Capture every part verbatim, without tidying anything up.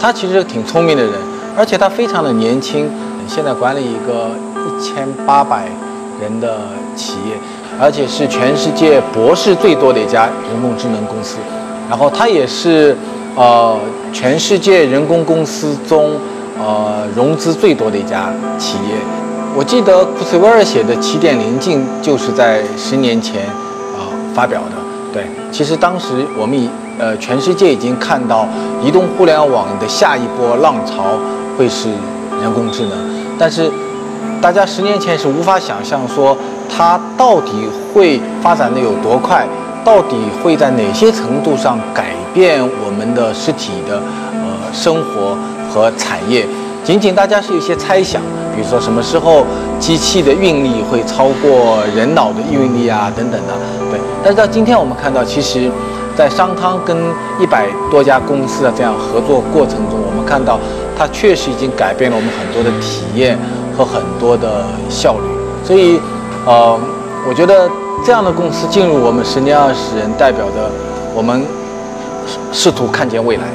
他其实挺聪明的人，而且他非常的年轻，现在管理一个一千八百人的企业，而且是全世界博士最多的一家人工智能公司。然后他也是呃全世界人工公司中呃融资最多的一家企业。我记得库茨韦尔写的《起点临近》就是在十年前啊、呃、发表的。对，其实当时我们已呃全世界已经看到移动互联网的下一波浪潮会是人工智能，但是大家十年前是无法想象说它到底会发展的有多快，到底会在哪些程度上改变我们的实体的呃生活和产业。仅仅大家是有一些猜想，比如说什么时候机器的运力会超过人脑的运力啊等等的，对。但是到今天我们看到，其实在商汤跟一百多家公司的这样合作过程中，我们看到它确实已经改变了我们很多的体验和很多的效率。所以，呃，我觉得这样的公司进入我们十年二十人，代表着我们试图看见未来。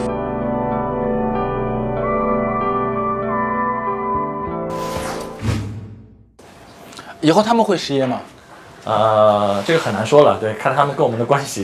以后他们会失业吗？ 呃，这个很难说了，对，看他们跟我们的关系。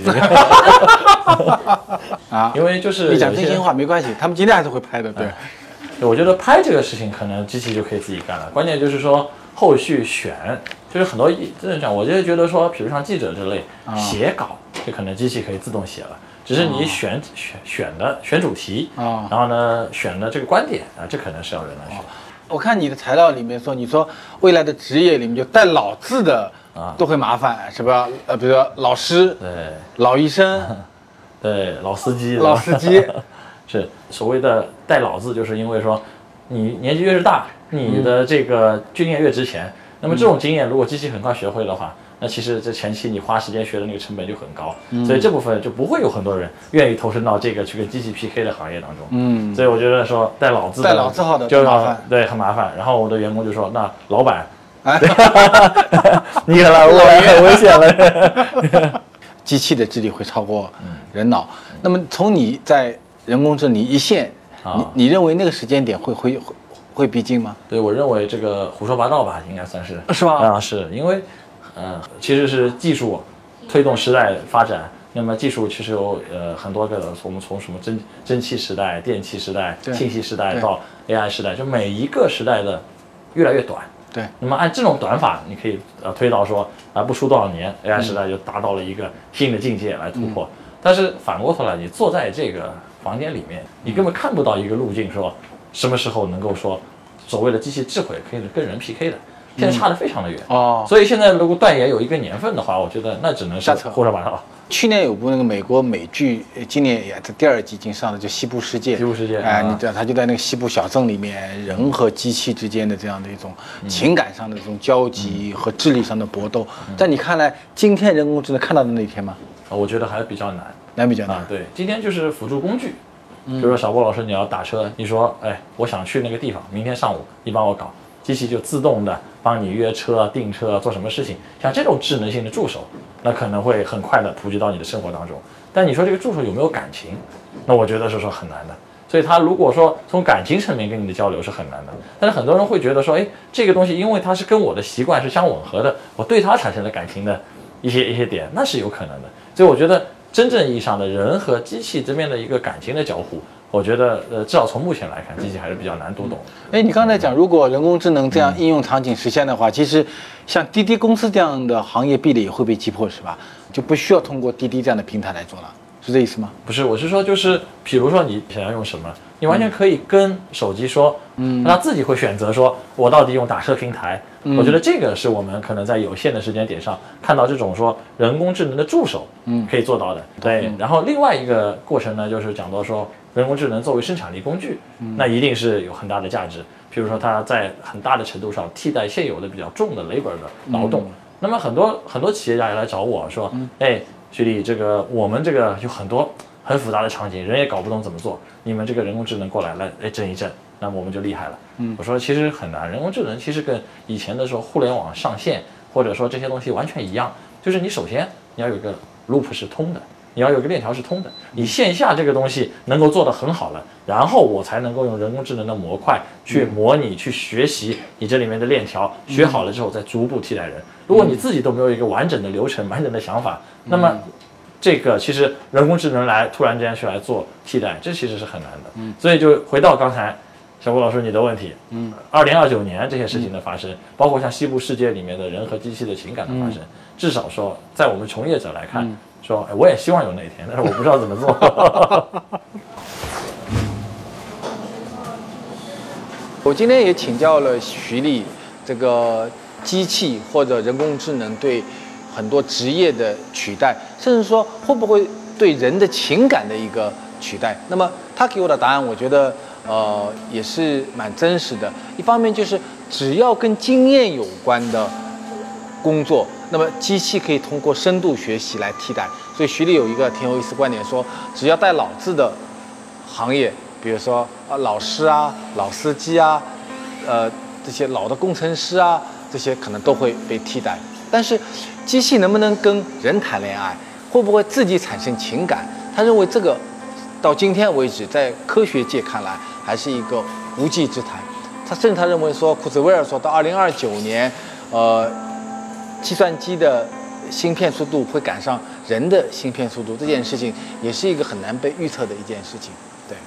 啊，因为就是你讲真心话没关系，他们今天还是会拍的，对。 对，我觉得拍这个事情可能机器就可以自己干了，关键就是说后续选，就是很多真的讲，我就觉得说，比如像记者之类写稿，这可能机器可以自动写了，只是你选选选的选主题啊，然后呢选的这个观点啊，这可能是要人来选。 我看你的材料里面说，你说未来的职业里面就带老字的啊都会麻烦，是吧？呃，比如说老师， 对， 老医生， 对，老司机， 老司机， 是所谓的带老字，就是因为说你年纪越是大，你的这个经验越值钱。那么这种经验，如果机器很快学会的话，那其实这前期你花时间学的那个成本就很高，嗯、所以这部分就不会有很多人愿意投身到这个去跟机器 P K 的行业当中。嗯，所以我觉得说带老字带老字号的就麻烦， 对，很麻烦。然后我的员工就说：“那老板，哎，你可来我来很危险了。” 机器的智力会超过人脑。嗯、那么从你在人工智能一线，啊、你你认为那个时间点会会会会逼近吗？ 对，我认为这个胡说八道吧，应该算是是吧？ 啊，是因为。呃，其实是技术推动时代发展。那么技术其实有呃很多个，我们从什么蒸蒸汽时代、电气时代、信息时代到 A I 时代，就每一个时代的越来越短。 对。 那么按这种短法，你可以呃推到说啊，不出多少年 ，A I 时代就达到了一个新的境界来突破。嗯、但是反过头来，你坐在这个房间里面，你根本看不到一个路径，说什么时候能够说所谓的机器智慧可以跟人 P K 的。现在差得非常的远哦，所以现在如果断言有一个年份的话，我觉得那只能是胡说八道。 去年有部那个美国美剧，今年也在第二季已经上了，就《西部世界》。 西部世界， 哎、呃，你知道，他就在那个西部小镇里面，人和机器之间的这样的一种情感上的这种交集和智力上的搏斗。嗯、在你看来，今天人工智能看到的那一天吗？ 我觉得还比较难， 难比较难。 啊、对，今天就是辅助工具。比如说小波老师，你要打车，你说，哎，我想去那个地方，明天上午你帮我搞。机器就自动的帮你约车、订车、做什么事情，像这种智能性的助手，那可能会很快的普及到你的生活当中。但你说这个助手有没有感情？那我觉得是说很难的。所以他如果说从感情层面跟你的交流是很难的，但是很多人会觉得说，哎，这个东西因为它是跟我的习惯是相吻合的，我对它产生了感情的一些一些点，那是有可能的。所以我觉得真正意义上的人和机器这边的一个感情的交互。我觉得，呃，至少从目前来看，机器还是比较难读懂。 哎，你刚才讲，如果人工智能这样应用场景实现的话，嗯、其实像滴滴公司这样的行业壁垒也会被击破，是吧？就不需要通过滴滴这样的平台来做了，是这意思吗？ 不是，我是说，就是比如说你想要用什么，你完全可以跟手机说，嗯，它自己会选择说，我到底用打车平台。嗯、我觉得这个是我们可能在有限的时间点上看到这种说人工智能的助手，嗯，可以做到的。对，然后另外一个过程呢，就是讲到说。人工智能作为生产力工具，那一定是有很大的价值。比如说，它在很大的程度上替代现有的比较重的 labor 的劳动。嗯、那么很多很多企业家也来找我说：“嗯、哎，徐丽，这个我们这个有很多很复杂的场景，人也搞不懂怎么做，你们这个人工智能过来来来震一震，那么我们就厉害了。”嗯、我说其实很难，人工智能其实跟以前的时候互联网上线或者说这些东西完全一样，就是你首先你要有一个 loop 是通的。 你要有个链条是通的，你线下这个东西能够做得很好了，然后我才能够用人工智能的模块去模拟、去学习你这里面的链条，学好了之后再逐步替代人。如果你自己都没有一个完整的流程、完整的想法，那么这个其实人工智能来突然之间去来做替代，这其实是很难的。嗯，所以就回到刚才小郭老师你的问题，嗯，二零二九年这些事情的发生，嗯、包括像西部世界里面的人和机器的情感的发生，嗯、至少说在我们从业者来看，嗯、说、哎、我也希望有那一天，但是我不知道怎么做。 我今天也请教了徐丽，这个机器或者人工智能对很多职业的取代，甚至说会不会对人的情感的一个取代。那么他给我的答案，我觉得呃也是蛮真实的。一方面就是只要跟经验有关的工作，那么机器可以通过深度学习来替代。所以徐丽有一个挺有意思观点说，只要带老字的行业，比如说啊老师啊、老司机啊、呃这些老的工程师啊，这些可能都会被替代。但是机器能不能跟人谈恋爱，会不会自己产生情感？他认为这个到今天为止，在科学界看来还是一个无稽之谈。他甚至他认为说，库兹韦尔说到二零二九年，呃，计算机的芯片速度会赶上人的芯片速度，这件事情也是一个很难被预测的一件事情。对，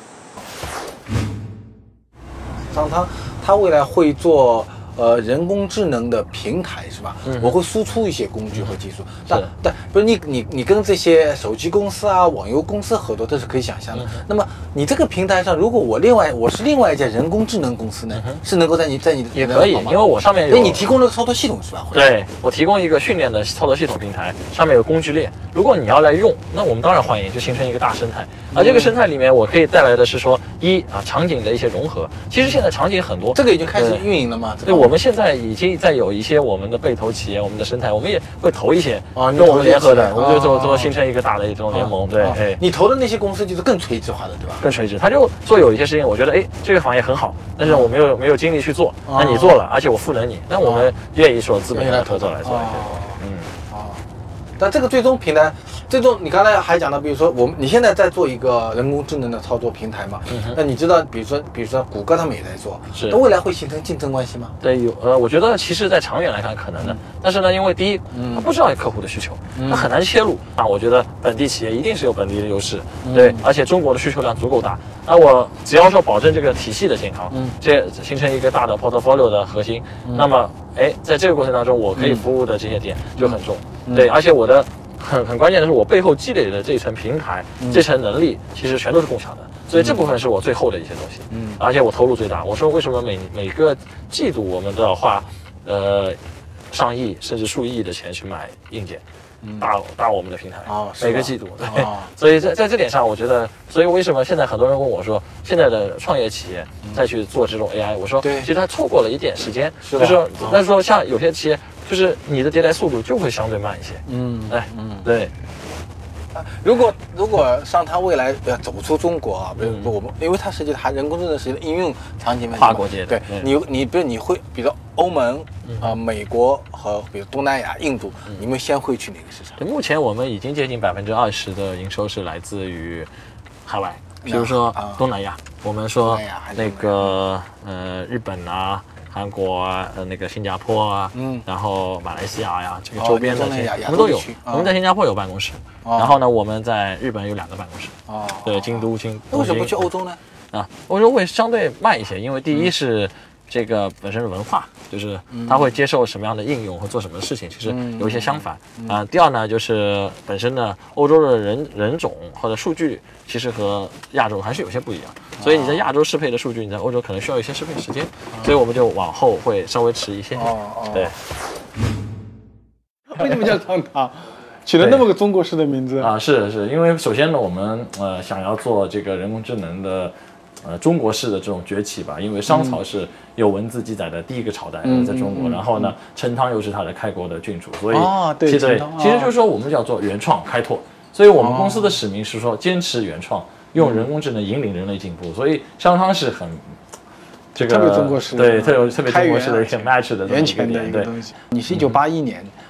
张汤他未来会做。呃，人工智能的平台是吧？嗯，我会输出一些工具和技术，但但不是你你你跟这些手机公司啊、网游公司合作，这是可以想象的。嗯、那么你这个平台上，如果我另外我是另外一家人工智能公司呢，嗯、是能够在你在你的也可以，因为我上面有， 因为你提供了操作系统是吧？ 对，我提供一个训练的操作系统平台，上面有工具链。如果你要来用，那我们当然欢迎，就形成一个大生态。而这个生态里面，我可以带来的是说，一啊场景的一些融合。其实现在场景很多， 这个已经开始运营了吗？ 对，我们现在已经在有一些我们的被投企业，我们的生态，我们也会投一些啊，跟我们联合的，我们就做做形成一个大的一种联盟。对，哎， 你投的那些公司就是更垂直化的，对吧？ 更垂直，他就做有一些事情，我觉得哎，这个行业很好，但是我没有没有精力去做，那你做了，而且我赋能你，那我们愿意说资本来合作来做一些，嗯， 啊，但这个最终平台。最终，你刚才还讲到，比如说我们你现在在做一个人工智能的操作平台嘛？嗯、那你知道，比如说，比如说谷歌他们也在做， 是。 那未来会形成竞争关系吗？ 对，有呃，我觉得其实，在长远来看可能的，嗯、但是呢，因为第一，嗯、他不知道客户的需求，嗯、他很难切入啊。我觉得本地企业一定是有本地的优势，嗯、对，而且中国的需求量足够大。那我只要说保证这个体系的健康，嗯，这形成一个大的 portfolio 的核心，嗯、那么，哎，在这个过程当中，我可以服务的这些点就很重，嗯、对，而且我的。很很关键的是，我背后积累的这层平台、嗯、这层能力，其实全都是共享的，所以这部分是我最后的一些东西。嗯，而且我投入最大。我说为什么每每个季度我们都要花，呃，上亿甚至数亿的钱去买硬件，嗯、搭搭我们的平台，哦、每个季度。对，哦、所以在在这点上，我觉得，所以为什么现在很多人问我说，现在的创业企业再去做这种 A I，、嗯、我说，其实他错过了一点时间，就是说，但是说像有些企业。就是你的迭代速度就会相对慢一些，嗯，哎，嗯，对。 如果如果像它未来要走出中国啊，比如说我们，因为它涉及它人工智能实际的应用场景， 跨国界的， 对你你比如你会，比如欧盟啊、美国和比如东南亚、印度，你们先会去哪个市场？ 目前我们已经接近百分之二十的营收是来自于海外，比如说东南亚，我们说那个呃日本啊。韩国啊，呃，那个新加坡啊，嗯，然后马来西亚呀，这个周边的这些，我们都有。我们在新加坡有办公室，然后呢，我们在日本有两个办公室。哦，对，京都、京。 为什么不去欧洲呢？ 啊，欧洲会相对慢一些，因为第一是这个本身的文化，就是他会接受什么样的应用和做什么事情，其实有一些相反啊。第二呢，就是本身呢，欧洲的人人种或者数据其实和亚洲还是有些不一样。所以你在亚洲适配的数据，你在欧洲可能需要一些适配时间，所以我们就往后会稍微迟一些。哦哦，对。 为什么叫张汤？取了那么个中国式的名字啊？是是，因为首先呢，我们呃想要做这个人工智能的呃中国式的这种崛起吧，因为商朝是有文字记载的第一个朝代、嗯、在中国，嗯、然后呢，陈汤又是他的开国的君主，所以啊，对， 其实其实就是说我们叫做原创开拓，所以我们公司的使命是说坚持原创。用人工智能引领人类进步，所以商汤是很这个特别中国式， 对，特别特别中国式的一个 match 的源泉的一个东西。你是一九八一年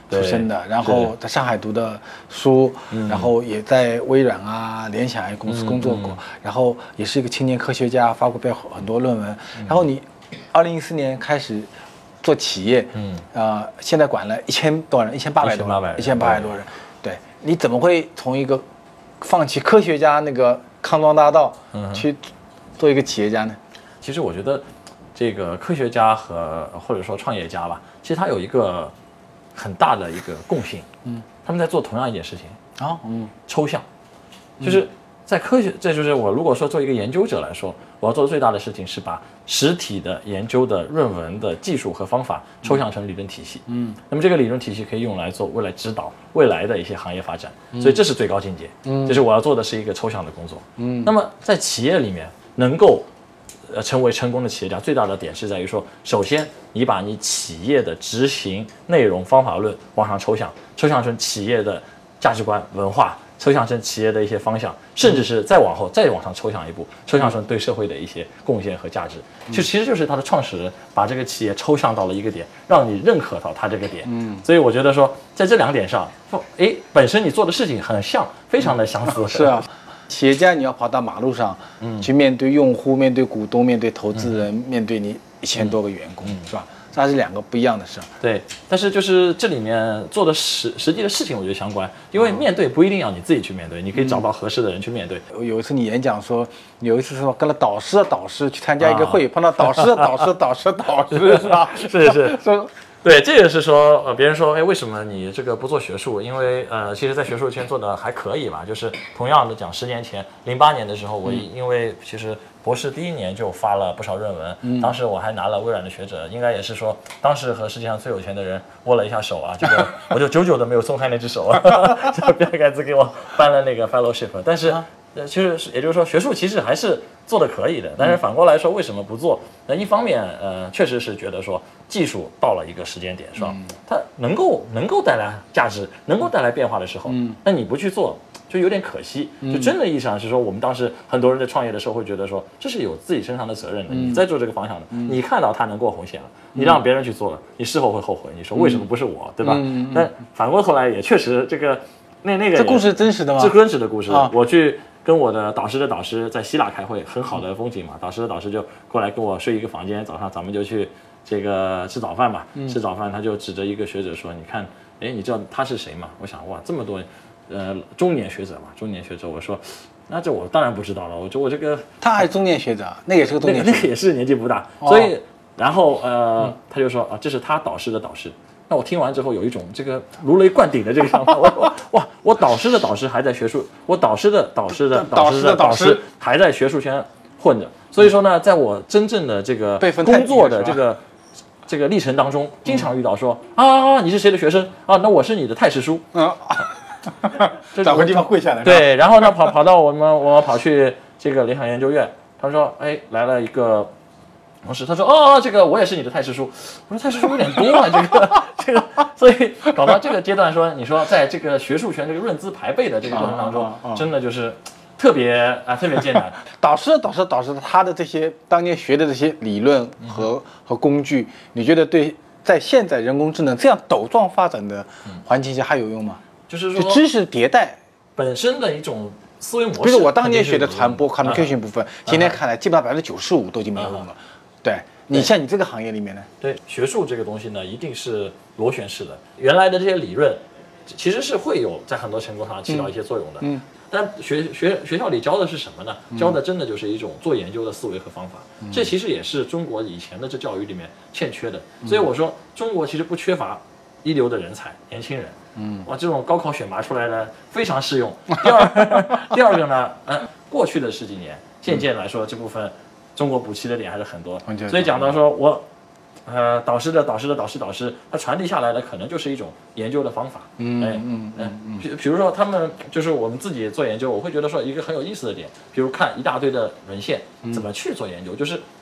出身的，然后在上海读的书， 嗯、 然后也在微软啊、联想啊公司工作过，嗯嗯、然后也是一个青年科学家，发过很多论文。嗯、然后你二零一四年开始做企业，嗯，呃，现在管了一千多人，一千八百多人，一千八百多人。对，你怎么会从一个放弃科学家那个康庄大道，嗯、去做一个企业家呢？ 其实我觉得，这个科学家和或者说创业家吧，其实他有一个很大的一个共性，嗯，他们在做同样一件事情啊，嗯，抽象，就是在科学，这就是我如果说做一个研究者来说，我要做的最大的事情是把实体的研究的论文的技术和方法抽象成理论体系，嗯，那么这个理论体系可以用来做未来指导未来的一些行业发展，嗯、所以这是最高境界，嗯，就是我要做的是一个抽象的工作，嗯，那么在企业里面能够呃，成为成功的企业家最大的点是在于说，首先你把你企业的执行内容方法论往上抽象，抽象成企业的价值观文化，抽象成企业的一些方向，甚至是再往后再往上抽象一步，抽象成对社会的一些贡献和价值。就其实就是他的创始人把这个企业抽象到了一个点，让你认可到他这个点。嗯，所以我觉得说，在这两点上，哎，本身你做的事情很像，非常的相似。 是啊。企业家你要跑到马路上，嗯，去面对用户、面对股东、面对投资人、嗯、面对你一千多个员工，嗯、是吧？这还是两个不一样的事。 对，但是就是这里面做的实实际的事情，我觉得相关，因为面对不一定要你自己去面对，你可以找到合适的人去面对。 嗯、有一次你演讲说，有一次说跟了导师的导师去参加一个会，啊、碰到导师的导师、导师导师，是吧？ 是是说。对，这个是说，呃，别人说，哎，为什么你这个不做学术？因为，呃，其实，在学术圈做的还可以吧。就是同样的讲，十年前，零八年的时候，我因为其实博士第一年就发了不少论文，嗯、当时我还拿了微软的学者，应该也是说，当时和世界上最有钱的人握了一下手啊，这个我就久久的没有松开那只手啊，就比尔盖茨给我颁了那个 fellowship， 但是。呃，其实也就是说，学术其实还是做的可以的，但是反过来说，为什么不做？那一方面，呃，确实是觉得说技术到了一个时间点，是吧？嗯、它能够能够带来价值，能够带来变化的时候，嗯，那你不去做，就有点可惜。就真的意义上是说，我们当时很多人在创业的时候会觉得说，这是有自己身上的责任的，嗯、你在做这个方向的，嗯、你看到它能够红线了，你让别人去做了，你事后会后悔，你说为什么不是我，对吧？嗯、但反过头来也确实这个那那个这故事真实的吗？ 这真实的故事，啊、我去。跟我的导师的导师在希腊开会，很好的风景嘛。导师的导师就过来跟我睡一个房间，早上咱们就去这个吃早饭嘛。嗯、吃早饭他就指着一个学者说：“你看，哎，你知道他是谁吗？”我想，哇，这么多，呃，中年学者嘛，中年学者。我说，那这我当然不知道了。我就我这个他还是中年学者，那也是个中年学者， 那个那个也是年纪不大，哦、所以然后呃，嗯、他就说啊，这是他导师的导师。那我听完之后有一种这个如雷贯顶的这个想法，我说哇，我导师的导师还在学术，我导师的导师的导师的导师还在学术圈混着，所以说呢，在我真正的这个工作的这个这个历程当中，经常遇到说啊，你是谁的学生啊？那我是你的太师叔，嗯， 找个地方跪下来， 对，然后呢跑跑到我们我们跑去这个联想研究院，他说哎来了一个。同时他说哦，这个我也是你的太师叔。我说太师叔有点多啊，这个这个，所以搞到这个阶段说，你说在这个学术圈这个论资排辈的这个过程当中，啊啊啊、真的就是特别啊特别艰难。 导师导师导师他的这些当年学的这些理论和、嗯、和工具，你觉得对在现在人工智能这样陡壮发展的环境下还有用吗？ 就是说就知识迭代本身的一种思维模式。 比如我当年学的传播 communication 部分，今天看来基本上百分之九十五都已经没有用了。啊对你像你这个行业里面呢？ 对学术这个东西呢，一定是螺旋式的。原来的这些理论，其实是会有在很多程度上起到一些作用的。嗯。但学学学校里教的是什么呢？教的真的就是一种做研究的思维和方法。嗯、这其实也是中国以前的这教育里面欠缺的。所以我说，中国其实不缺乏一流的人才，年轻人。嗯。哇，这种高考选拔出来的非常适用。第二，第二个呢，嗯，过去的十几年，渐渐来说这部分。中国补齐的点还是很多，所以讲到说我，呃，导师的导师的导师导师，他传递下来的可能就是一种研究的方法。嗯嗯嗯嗯。比比如说他们就是我们自己做研究，我会觉得说一个很有意思的点，比如看一大堆的文献怎么去做研究，就是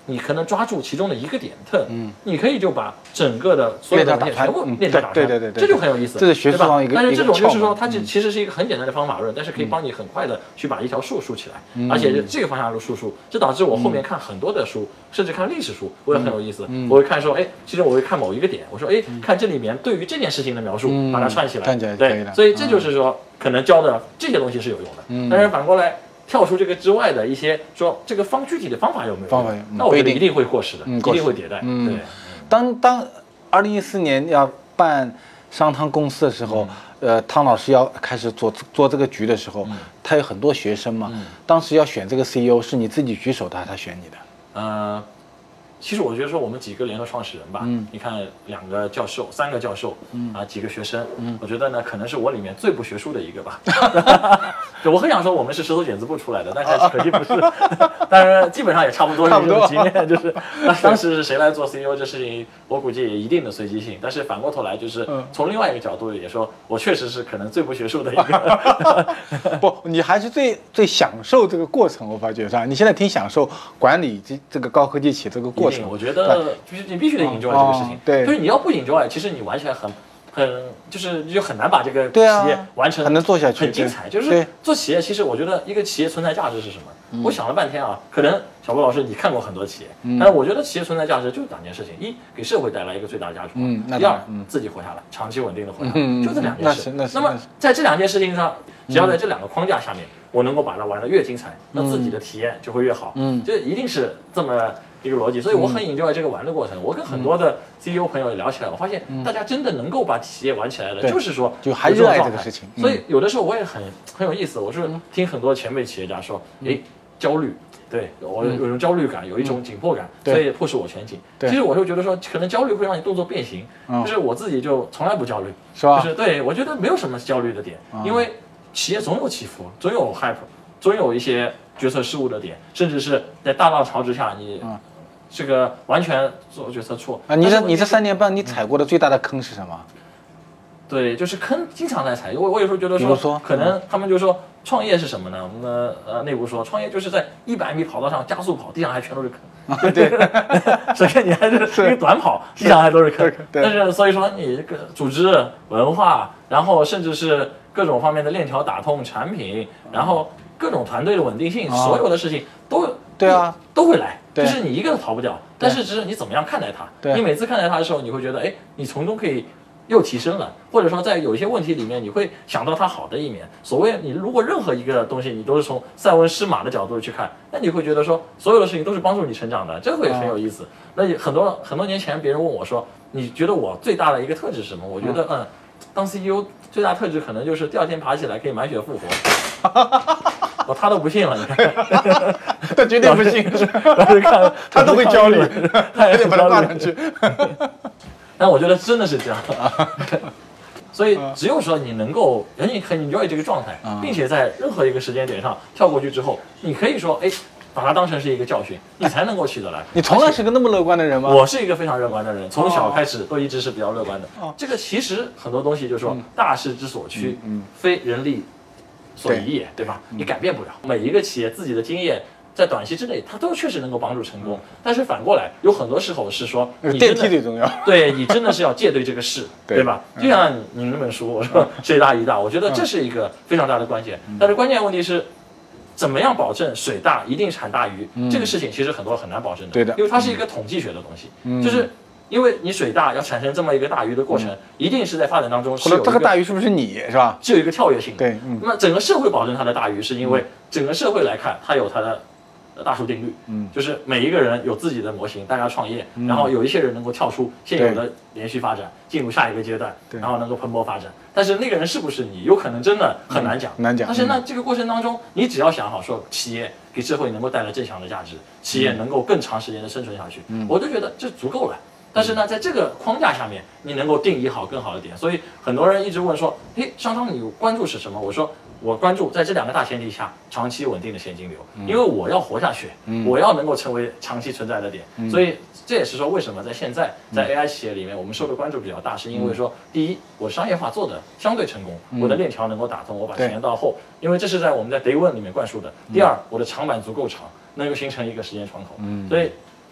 你可能抓住其中的一个点 turn，嗯，你可以就把整个的所有的文件全部链条打穿， 对对对对， 这就很有意思， 这是学术上一个， 但是这种就是说，它这其实是一个很简单的方法论，但是可以帮你很快的去把一条数数起来，而且这个方向的数数，这导致我后面看很多的书，甚至看历史书，我也很有意思，我会看说，哎，其实我会看某一个点，我说，哎，看这里面对于这件事情的描述，把它串起来，对，所以这就是说，可能教的这些东西是有用的，但是反过来。跳出这个之外的一些说这个方具体的方法有没有？ 方法， 那我觉得一定会过时的，一定会迭代。对， 当当二零一四年要办商汤公司的时候，呃，汤老师要开始做做这个局的时候，他有很多学生嘛，当时要选这个 C E O 是你自己举手的，还是他选你的？ 呃。其实我觉得说我们几个联合创始人吧，嗯、你看两个教授、三个教授，嗯、啊几个学生，嗯、我觉得呢可能是我里面最不学术的一个吧。我很想说我们是石头剪子布出来的，但是可惜不是。当然基本上也差不多这种经验，就是当时是谁来做 C E O 这事情，我估计也一定的随机性。但是反过头来就是从另外一个角度也说，我确实是可能最不学术的一个。 不，你还是最最享受这个过程，我发觉是吧？你现在挺享受管理这这个高科技企业这个过程。 我觉得就是你必须得 enjoy 这个事情， 哦、对， 就是你要不 enjoy，其实你玩起来很很就是你就很难把这个企业完成， 很能做下去， 很精彩。就是做企业，其实我觉得一个企业存在价值是什么？嗯、我想了半天啊，可能小波老师你看过很多企业，嗯、但是我觉得企业存在价值就是两件事情：一给社会带来一个最大的价值，嗯、第二、嗯、自己活下来，长期稳定的活下来，嗯、就这两件事。 那是那么在这两件事情上，只要在这两个框架下面，我能够把它玩得越精彩，那自己的体验就会越好。嗯，这一定是这么。一个逻辑，所以我很 enjoy 这个玩的过程。我跟很多的 C E O 朋友也聊起来，我发现大家真的能够把企业玩起来的，就是说就还热爱这个事情。 所以有的时候我也很很有意思，我是听很多前辈企业家说，哎，焦虑，对我有一种焦虑感，有一种紧迫感，所以迫使我前进。其实我就觉得说，可能焦虑会让你动作变形，就是我自己就从来不焦虑， 是吧？ 就是对我觉得没有什么焦虑的点，因为企业总有起伏，总有 hype， 总有一些决策失误的点，甚至是在大浪潮之下你。这个完全做决策错啊！你这你这三年半你踩过的最大的坑是什么？ 对，就是坑经常在踩。我我有时候觉得说， 说可能他们就说创业是什么呢？我们的呃内部说，创业就是在一百米跑道上加速跑，地上还全都是坑。对，首先你还是一个短跑，地上还都是坑。但是所以说你这个组织文化，然后甚至是各种方面的链条打通、产品，然后各种团队的稳定性，所有的事情都对啊都会来。就是你一个都逃不掉，但是只是你怎么样看待它。你每次看待它的时候，你会觉得，哎，你从中可以又提升了，或者说在有一些问题里面，你会想到它好的一面。所谓你如果任何一个东西你都是从塞翁失马的角度去看，那你会觉得说所有的事情都是帮助你成长的，这会很有意思。那很多很多年前别人问我说，你觉得我最大的一个特质是什么？我觉得嗯，当 C E O 最大特质可能就是第二天爬起来可以满血复活。哦，他都不信了，你看， 他绝对不信， 看他都会焦虑，他也得把它挂上去。 但我觉得真的是这样，所以只有说你能够，你很 enjoy 这个状态，并且在任何一个时间点上跳过去之后，你可以说，哎，把它当成是一个教训，你才能够起得来。 你从来是个那么乐观的人吗？ 我是一个非常乐观的人，从小开始都一直是比较乐观的。这个其实很多东西就是说，大势之所趋，非人力所宜也，对吧？你改变不了。每一个企业自己的经验，在短期之内，它都确实能够帮助成功。但是反过来，有很多时候是说， 电梯最重要。 对你真的是要借对这个势，对吧？就像你那本书，我说水大鱼大，我觉得这是一个非常大的关键。但是关键问题是，怎么样保证水大一定产大鱼？这个事情其实很多很难保证的。 对的， 因为它是一个统计学的东西，就是。因为你水大要产生这么一个大鱼的过程，嗯、一定是在发展当中是有一个这个大鱼是不是你是吧？ 是有一个跳跃性的。 对，嗯。 那么整个社会保证它的大鱼，是因为整个社会来看，它有它的大数定律，嗯，就是每一个人有自己的模型，大家创业，嗯、然后有一些人能够跳出现有的连续发展，进入下一个阶段，然后能够蓬勃发展。但是那个人是不是你，有可能真的很难讲， 嗯、难讲。 但是呢，这个过程当中，你只要想好说，企业给社会能够带来正向的价值，企业能够更长时间的生存下去，嗯、我就觉得这足够了。但是呢，在这个框架下面，你能够定义好更好的点。所以很多人一直问说：“嘿，商汤，你关注是什么？”我说：“我关注在这两个大前提下，长期稳定的现金流，因为我要活下去，嗯、我要能够成为长期存在的点。嗯、所以这也是说，为什么在现在在 A I 企业里面，我们受的关注比较大，是因为说，第一，我商业化做的相对成功，我的链条能够打通，我把前到后，因为这是在我们在 Day One 里面灌输的。第二，我的长板足够长，能够形成一个时间窗口。所以。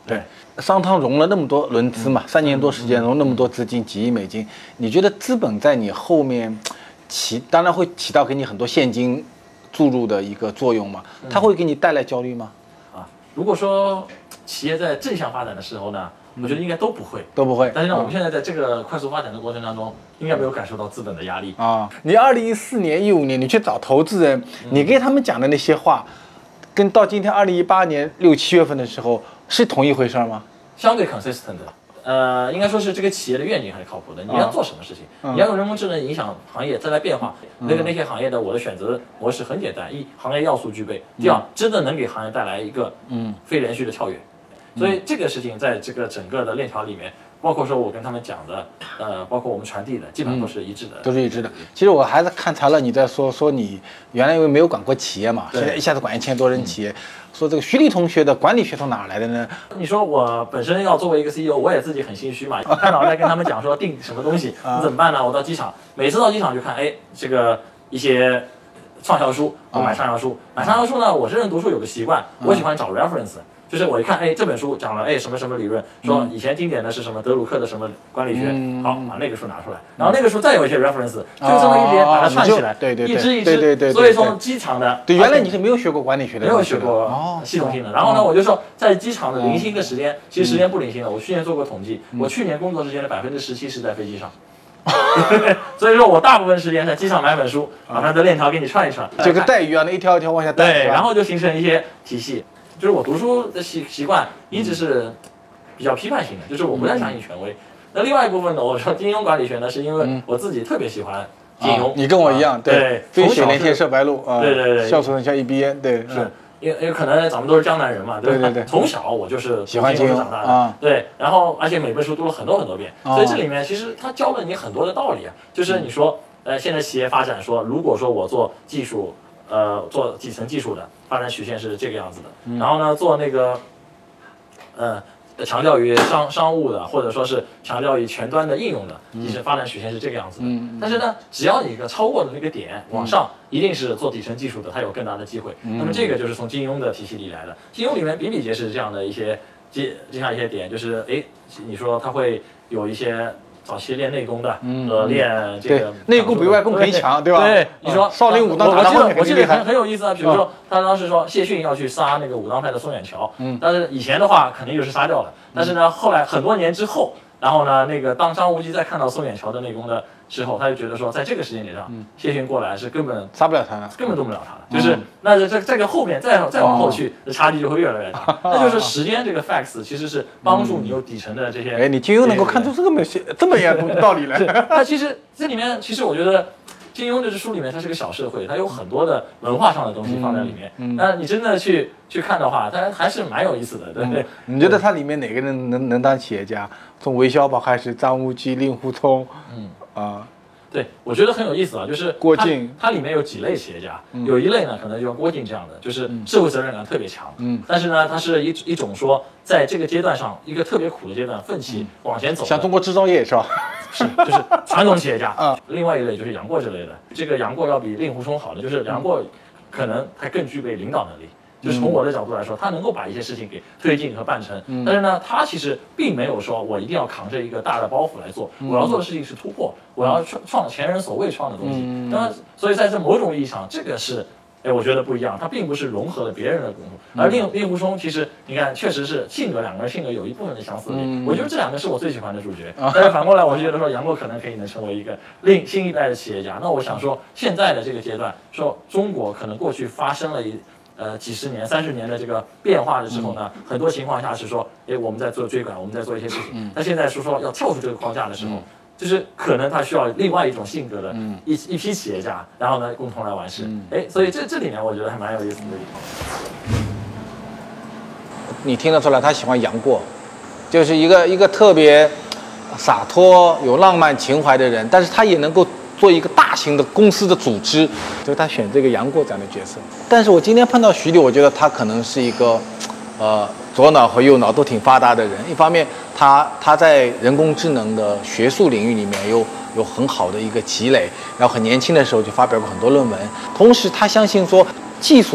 对，商汤融了那么多轮资嘛，三年多时间融那么多资金，几亿美金，你觉得资本在你后面起，当然会起到给你很多现金注入的一个作用嘛？它会给你带来焦虑吗？ 啊，如果说企业在正向发展的时候呢，我觉得应该都不会， 都不会。 但是呢，我们现在在这个快速发展的过程当中，应该没有感受到资本的压力啊。你二零一四年、一五年你去找投资人，你给他们讲的那些话，跟到今天二零一八年六七月份的时候是同一回事吗？ 相对 consistent 的。呃，应该说是这个企业的愿景还是靠谱的。你要做什么事情， 嗯、 你要用人工智能影响行业，再来变化。嗯、那个那些行业的我的选择模式很简单：一，行业要素具备；第二，真的能给行业带来一个嗯非连续的跳跃。所以这个事情在这个整个的链条里面，包括说我跟他们讲的，呃，包括我们传递的，基本上都是一致的， 嗯、都是一致的。其实我还是看财了你在说说你原来因为没有管过企业嘛，现在一下子管一千多人企业。嗯说这个徐丽同学的管理学从哪来的呢？ 你说我本身要作为一个 C E O， 我也自己很心虚嘛，看到在跟他们讲说定什么东西，你怎么办呢？我到机场，每次到机场就看，哎，这个一些畅销书，我买畅销书，买畅销书呢，我这人读书有个习惯，我喜欢找 reference。就是我一看，哎，这本书讲了，哎，什么什么理论，说以前经典的是什么德鲁克的什么管理学， 嗯、 好，把那个书拿出来，然后那个书再有一些 reference，、嗯、就这么一点把它串起来， 对对对， 一支一支， 对对对， 所以从机场的， 对，原来你是没有学过管理学的， 没有学过系统性的。然后呢，我就说在机场的零星的时间，其实时间不零星的，我去年做过统计，我去年工作时间的百分之十七是在飞机上。所以说我大部分时间在机场买本书，把它的链条给你串一串， 这个带鱼啊，那一条一条往下带， 对，然后就形成一些体系。就是我读书的习习惯一直是比较批判性的，就是我不太相信权威。那另外一部分呢，我说金融管理学呢，是因为我自己特别喜欢金融。 啊、你跟我一样， 啊、对， 飞雪连天射白鹿啊， 对对对， 笑出人家一鼻烟，对， 是。因为因为可能咱们都是江南人嘛， 对对对， 从小我就是喜欢金融长大的， 啊， 对，然后而且每本书读了很多很多遍，所以这里面其实他教了你很多的道理啊，就是你说，呃，现在企业发展说，如果说我做技术。呃，做底层技术的发展曲线是这个样子的，嗯、然后呢，做那个，呃，强调于商商务的，或者说是强调于前端的应用的，其实发展曲线是这个样子的。嗯、但是呢，只要你一个超过的那个点往上，一定是做底层技术的，它有更大的机会。嗯、那么这个就是从金庸的体系里来的，金庸里面比比皆是这样的一些这这样一些点，就是哎，你说它会有一些。早期练内功的，呃，练这个内功比外功很强，对吧？ 对，你说少林武当打我记得我记得很很有意思啊。比如说，他当时说谢逊要去杀那个武当派的宋远桥，嗯，但是以前的话肯定就是杀掉了，但是呢，后来很多年之后，然后呢，那个当张无忌再看到宋远桥的内功的时候，他就觉得说，在这个时间点上，谢逊过来是根本杀不了他的， 根本动不了他的，就是那这这个后面再再往后去，差距就会越来越大。那就是时间这个 facts 其实是帮助你有底层的这些。 哎，你金庸能够看出这么些这么严的道理来。 那其实这里面，其实我觉得。金庸这支书里面，它是个小社会，它有很多的文化上的东西放在里面。嗯，那你真的去去看的话，它还是蛮有意思的，对不对？ 你觉得它里面哪个人能能当企业家？从韦小宝开始，张无忌、令狐冲，嗯啊， 对，我觉得很有意思啊，就是郭靖， 它里面有几类企业家，有一类呢，可能就像郭靖这样的，就是社会责任感特别强，嗯，但是呢，它是一一种说，在这个阶段上，一个特别苦的阶段，奋起往前走， 像中国制造业是吧？ 是，就是传统企业家啊。另外一类就是杨过之类的，这个杨过要比令狐冲好的，就是杨过可能他更具备领导能力。就是从我的角度来说，他能够把一些事情给推进和办成，但是呢，他其实并没有说我一定要扛着一个大的包袱来做，我要做的事情是突破，我要创创前人所未创的东西。那么，所以在这某种意义上，这个是。哎，我觉得不一样，它并不是融合了别人的功夫，而令令狐冲其实你看，确实是性格两个人性格有一部分的相似点，我觉得这两个是我最喜欢的主角。但是反过来，我是觉得说杨过可能可以能成为一个另新一代的企业家。那我想说，现在的这个阶段，说中国可能过去发生了一呃几十年、三十年的这个变化的时候呢，很多情况下是说，哎，我们在做追赶，我们在做一些事情。但现在是说要跳出这个框架的时候。就是可能他需要另外一种性格的一一批企业家，然后呢共同来完事。哎，所以这这里面我觉得还蛮有意思的地方。 你听得出来他喜欢杨过，就是一个一个特别洒脱、有浪漫情怀的人，但是他也能够做一个大型的公司的组织，所以他选这个杨过这样的角色。但是我今天碰到徐丽，我觉得他可能是一个，呃。左脑和右脑都挺发达的人，一方面他他在人工智能的学术领域里面有有很好的一个积累，然后很年轻的时候就发表过很多论文，同时他相信说技术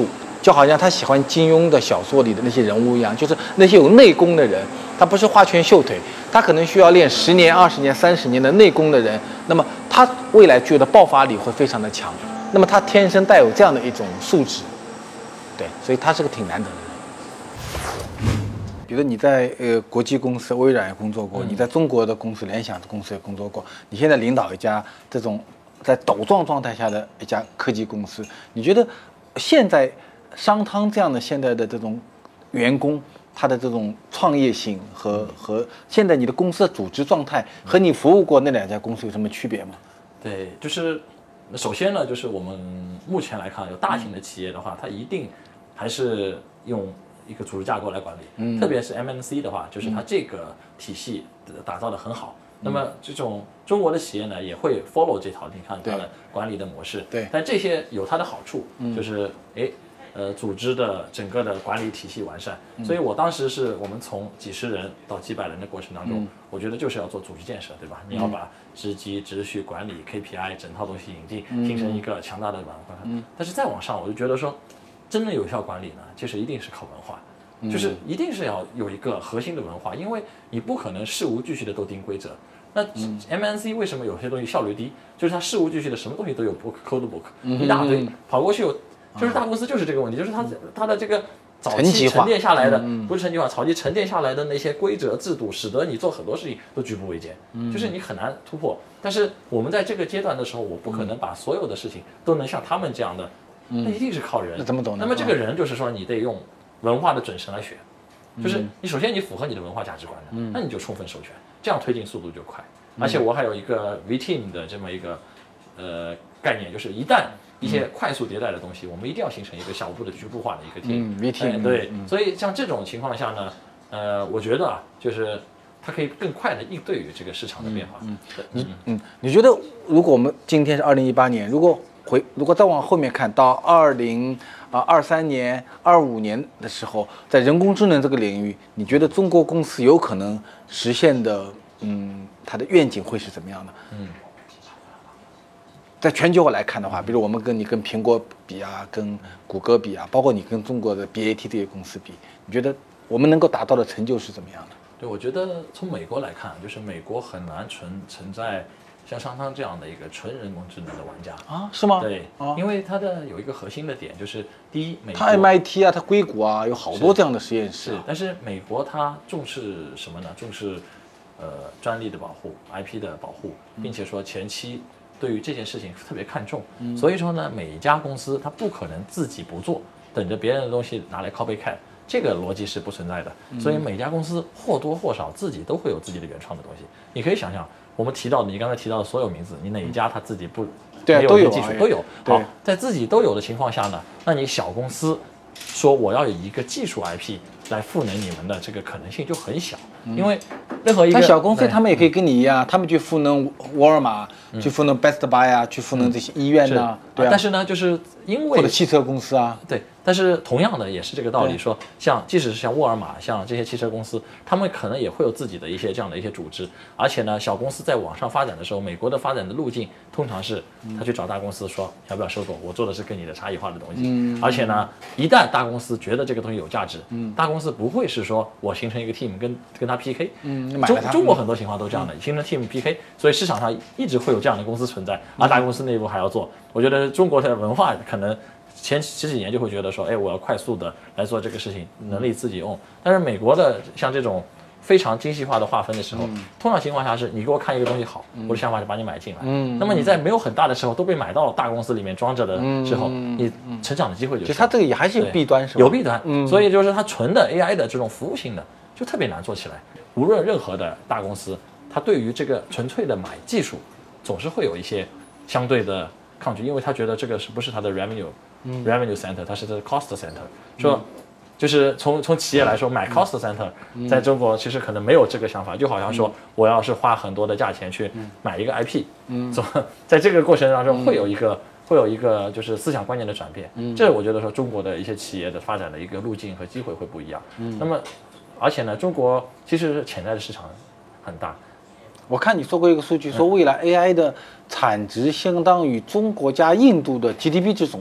就好像他喜欢金庸的小说里的那些人物一样，就是那些有内功的人，他不是花拳绣腿，他可能需要练十年、二十年、三十年的内功的人，那么他未来具有的爆发力会非常的强，那么他天生带有这样的一种素质，对，所以他是个挺难得的人。比如你在呃国际公司微软也工作过， 嗯、 你在中国的公司联想的公司也工作过，你现在领导一家这种在斗状状态下的一家科技公司，你觉得现在商汤这样的现在的这种员工，他的这种创业性和和现在你的公司的组织状态和你服务过那两家公司有什么区别吗？ 对，就是首先呢，就是我们目前来看，有大型的企业的话，它一定还是用一个组织架构来管理，嗯，特别是 M N C 的话，就是它这个体系打造的很好。嗯、那么这种中国的企业呢，也会 follow 这套你看它的管理的模式， 对。 但这些有它的好处，嗯、就是哎，呃，组织的整个的管理体系完善。嗯、所以我当时是我们从几十人到几百人的过程当中，嗯、我觉得就是要做组织建设，对吧？嗯、你要把职级、秩序、管理、K P I 整套东西引进， 嗯、 形成一个强大的软环。嗯、但是再往上，我就觉得说。真正有效管理呢，就是一定是靠文化，就是一定是要有一个核心的文化，因为你不可能事无巨细的都定规则。那 M N C 为什么有些东西效率低？就是它事无巨细的什么东西都有 book code book 一大堆，跑过去有，就是大公司就是这个问题，就是它它的这个早期沉淀下来的，不是沉积化，早期沉淀下来的那些规则制度，使得你做很多事情都举步维艰，就是你很难突破。但是我们在这个阶段的时候，我不可能把所有的事情都能像他们这样的。那一定是靠人， 那怎么懂呢？ 那么这个人就是说，你得用文化的准绳来选，就是你首先你符合你的文化价值观的，嗯、那你就充分授权，这样推进速度就快。嗯、而且我还有一个 V team 的这么一个呃概念，就是一旦一些快速迭代的东西，嗯、我们一定要形成一个小步的局部化的一个 team。 嗯 ，V team、 呃、对，嗯、所以像这种情况下呢，呃，我觉得啊，就是它可以更快的应对于这个市场的变化。 嗯，嗯你嗯，你觉得如果我们今天是二零一八年，如果回如果再往后面看到二零啊二三年、二五年的时候，在人工智能这个领域，你觉得中国公司有可能实现的，嗯，它的愿景会是怎么样的？嗯，在全球来看的话，比如我们跟你跟苹果比啊，跟谷歌比啊，包括你跟中国的 B A T 这些公司比，你觉得我们能够达到的成就是怎么样的？ 对，我觉得从美国来看，就是美国很难存存在。像商汤这样的一个纯人工智能的玩家啊，是吗？ 对，啊、因为它的有一个核心的点就是，第一，美国它 M I T 啊，它硅谷啊，有好多这样的实验室、 啊。是，但是美国它重视什么呢？重视呃专利的保护、I P 的保护，并且说前期对于这件事情特别看重。嗯、所以说呢，每一家公司它不可能自己不做，等着别人的东西拿来 copycat。这个逻辑是不存在的，所以每家公司或多或少自己都会有自己的原创的东西。你可以想象，我们提到的，你刚才提到的所有名字，你哪一家他自己不对、啊、 没有都有技术都有？好，在自己都有的情况下呢，那你小公司说我要有一个技术 I P 来赋能你们的这个可能性就很小，因为任何一个小公司他们也可以跟你一样，他们去赋能沃尔玛，嗯、去赋能 Best Buy 啊，去赋能这些医院呐、啊，对啊。 但是呢，就是因为或者汽车公司啊， 对。但是同样的也是这个道理，说像即使是像沃尔玛，像这些汽车公司，他们可能也会有自己的一些这样的一些组织，而且呢，小公司在往上发展的时候，美国的发展的路径通常是他去找大公司说要不要收购，我做的是跟你的差异化的东西，嗯、而且呢，一旦大公司觉得这个东西有价值，嗯、大公司不会是说我形成一个 team 跟跟他 P K，嗯，中中国很多情况都这样的，形成 team P K， 所以市场上一直会有这样的公司存在，而大公司内部还要做，我觉得中国的文化可能。前十几年就会觉得说，哎，我要快速的来做这个事情，能力自己用。但是美国的像这种非常精细化的划分的时候，嗯、通常情况下是你给我看一个东西好，嗯、我的想法是把你买进来。嗯、那么你在没有很大的时候都被买到大公司里面装着的时候，嗯、你成长的机会就少。 其实它这个也还是有弊端，是吧？ 有弊端，嗯、所以就是它纯的 A I 的这种服务性的就特别难做起来。无论任何的大公司，它对于这个纯粹的买技术，总是会有一些相对的抗拒，因为他觉得这个是不是他的 revenue。嗯、revenue center， 它是这个 cost center， 说就是从从企业来说，买 cost center，嗯、在中国其实可能没有这个想法，就好像说我要是花很多的价钱去买一个 I P，嗯，在这个过程当中会有一个、嗯、会有一个就是思想观念的转变，嗯，这我觉得说中国的一些企业的发展的一个路径和机会会不一样，嗯，那么而且呢，中国其实潜在的市场很大。 我看你说过一个数据，说未来 A I 的产值相当于中国加印度的 G D P 之总。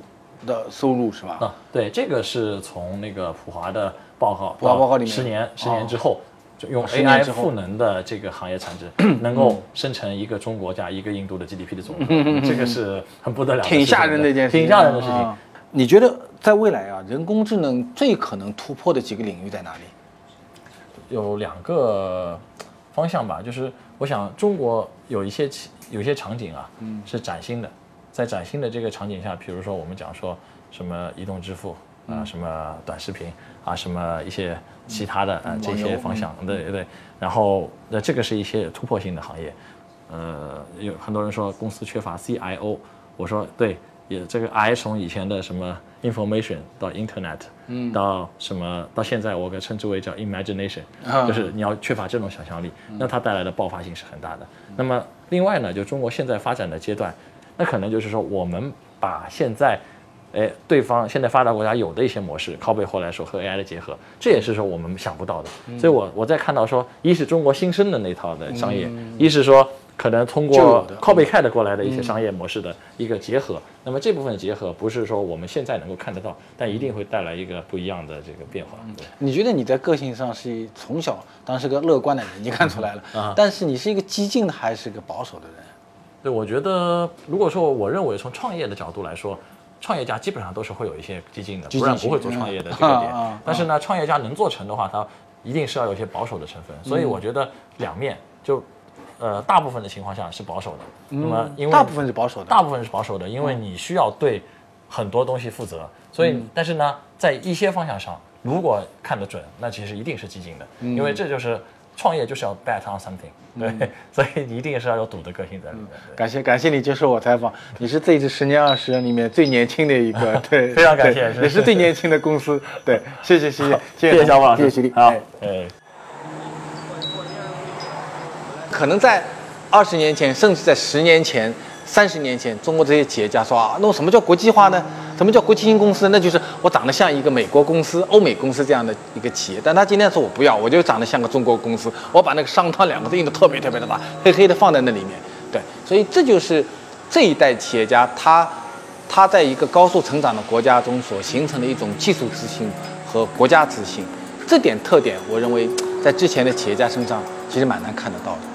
的收入是吧？ 啊，对，这个是从那个普华的报告， 普华报告里面十年十年之后，就用十 A 年 I 之后赋能的这个行业产值，能够生成一个中国加一个印度的 G D P 的总和，这个是很不得了的事情， 挺吓人的一件事情， 挺吓人的事情。 啊你觉得在未来啊，人工智能最可能突破的几个领域在哪里？ 有两个方向吧，就是我想中国有一些企有一些场景啊，嗯，是崭新的，在崭新的这个场景下，比如说我们讲说什么移动支付啊、什么短视频啊，什么一些其他的呃这些方向，对对，然后那这个是一些突破性的行业，呃，有很多人说公司缺乏 C I O， 我说对。也这个 I 从以前的什么 information 到 internet，嗯，到什么到现在我给称之为叫 imagination，、啊、就是你要缺乏这种想象力，嗯、那它带来的爆发性是很大的。嗯、那么另外呢，就中国现在发展的阶段，那可能就是说我们把现在，哎，对方现在发达国家有的一些模式，拷贝后来说和 A I 的结合，这也是说我们想不到的。嗯、所以我我在看到说，一是中国新生的那套的商业，嗯、一是说。可能通过 copycat 过来的一些商业模式的一个结合，嗯、那么这部分结合不是说我们现在能够看得到，但一定会带来一个不一样的这个变化。对， 你觉得你在个性上是从小当是个乐观的人，你看出来了，嗯啊、但是你是一个激进的还是个保守的人？ 对，我觉得如果说我认为从创业的角度来说，创业家基本上都是会有一些激进的，不然不会做创业的这个点。嗯啊啊、但是呢，创业家能做成的话，他一定是要有一些保守的成分，所以我觉得两面就。呃，大部分的情况下是保守的， 嗯、 那么因为大部分是保守的， 大部分是保守的，因为你需要对很多东西负责，所以、嗯、但是呢，在一些方向上，如果看得准，那其实一定是激进的，嗯、因为这就是创业就是要 bet on something，对，嗯、所以你一定是要有赌的个性在里面。嗯、 感谢感谢你接受我采访，你是这一次十年二十人里面最年轻的一个，对， 非常感谢， 也是最年轻的公司，对，谢谢谢谢谢谢小宝老师， 谢谢徐丽， 好，哎。 可能在二十年前，甚至在十年前、三十年前，中国这些企业家说啊，那什么叫国际化呢？什么叫国际型公司？那就是我长得像一个美国公司、欧美公司这样的一个企业。但他今天说我不要，我就长得像个中国公司，我把那个商汤两个字印得特别特别的大，黑黑的放在那里面。对，所以这就是这一代企业家他他在一个高速成长的国家中所形成的一种技术自信和国家自信。这点特点，我认为在之前的企业家身上其实蛮难看得到的。